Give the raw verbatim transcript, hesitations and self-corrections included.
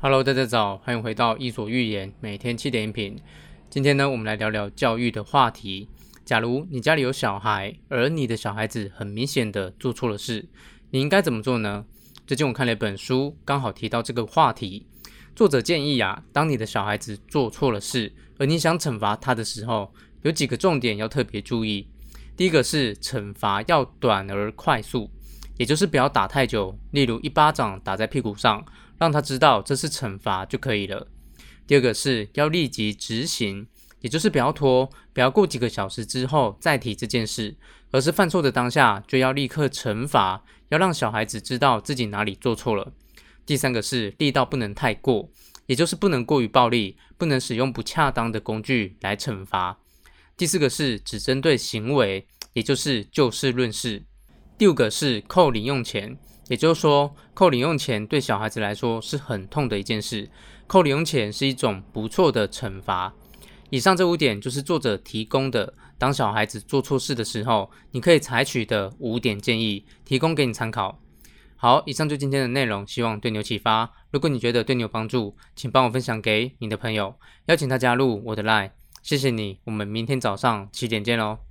Hello，大家早，欢迎回到伊索寓言，每天七点音频。今天呢，我们来聊聊教育的话题。假如你家里有小孩，而你的小孩子很明显的做错了事，你应该怎么做呢？最近我看了一本书，刚好提到这个话题。作者建议啊，当你的小孩子做错了事，而你想惩罚他的时候，有几个重点要特别注意。第一个是惩罚要短而快速，也就是不要打太久，例如一巴掌打在屁股上，让他知道这是惩罚就可以了。第二个是要立即执行，也就是不要拖，不要过几个小时之后再提这件事，而是犯错的当下就要立刻惩罚，要让小孩子知道自己哪里做错了。第三个是力道不能太过，也就是不能过于暴力，不能使用不恰当的工具来惩罚。第四个是只针对行为，也就是就事论事。第五个是扣零用钱，也就是说扣零用钱对小孩子来说是很痛的一件事，扣零用钱是一种不错的惩罚。以上这五点就是作者提供的当小孩子做错事的时候你可以采取的五点建议，提供给你参考。好，以上就今天的内容，希望对你有启发。如果你觉得对你有帮助，请帮我分享给你的朋友，邀请他加入我的 LINE。谢谢你，我们明天早上七点见咯。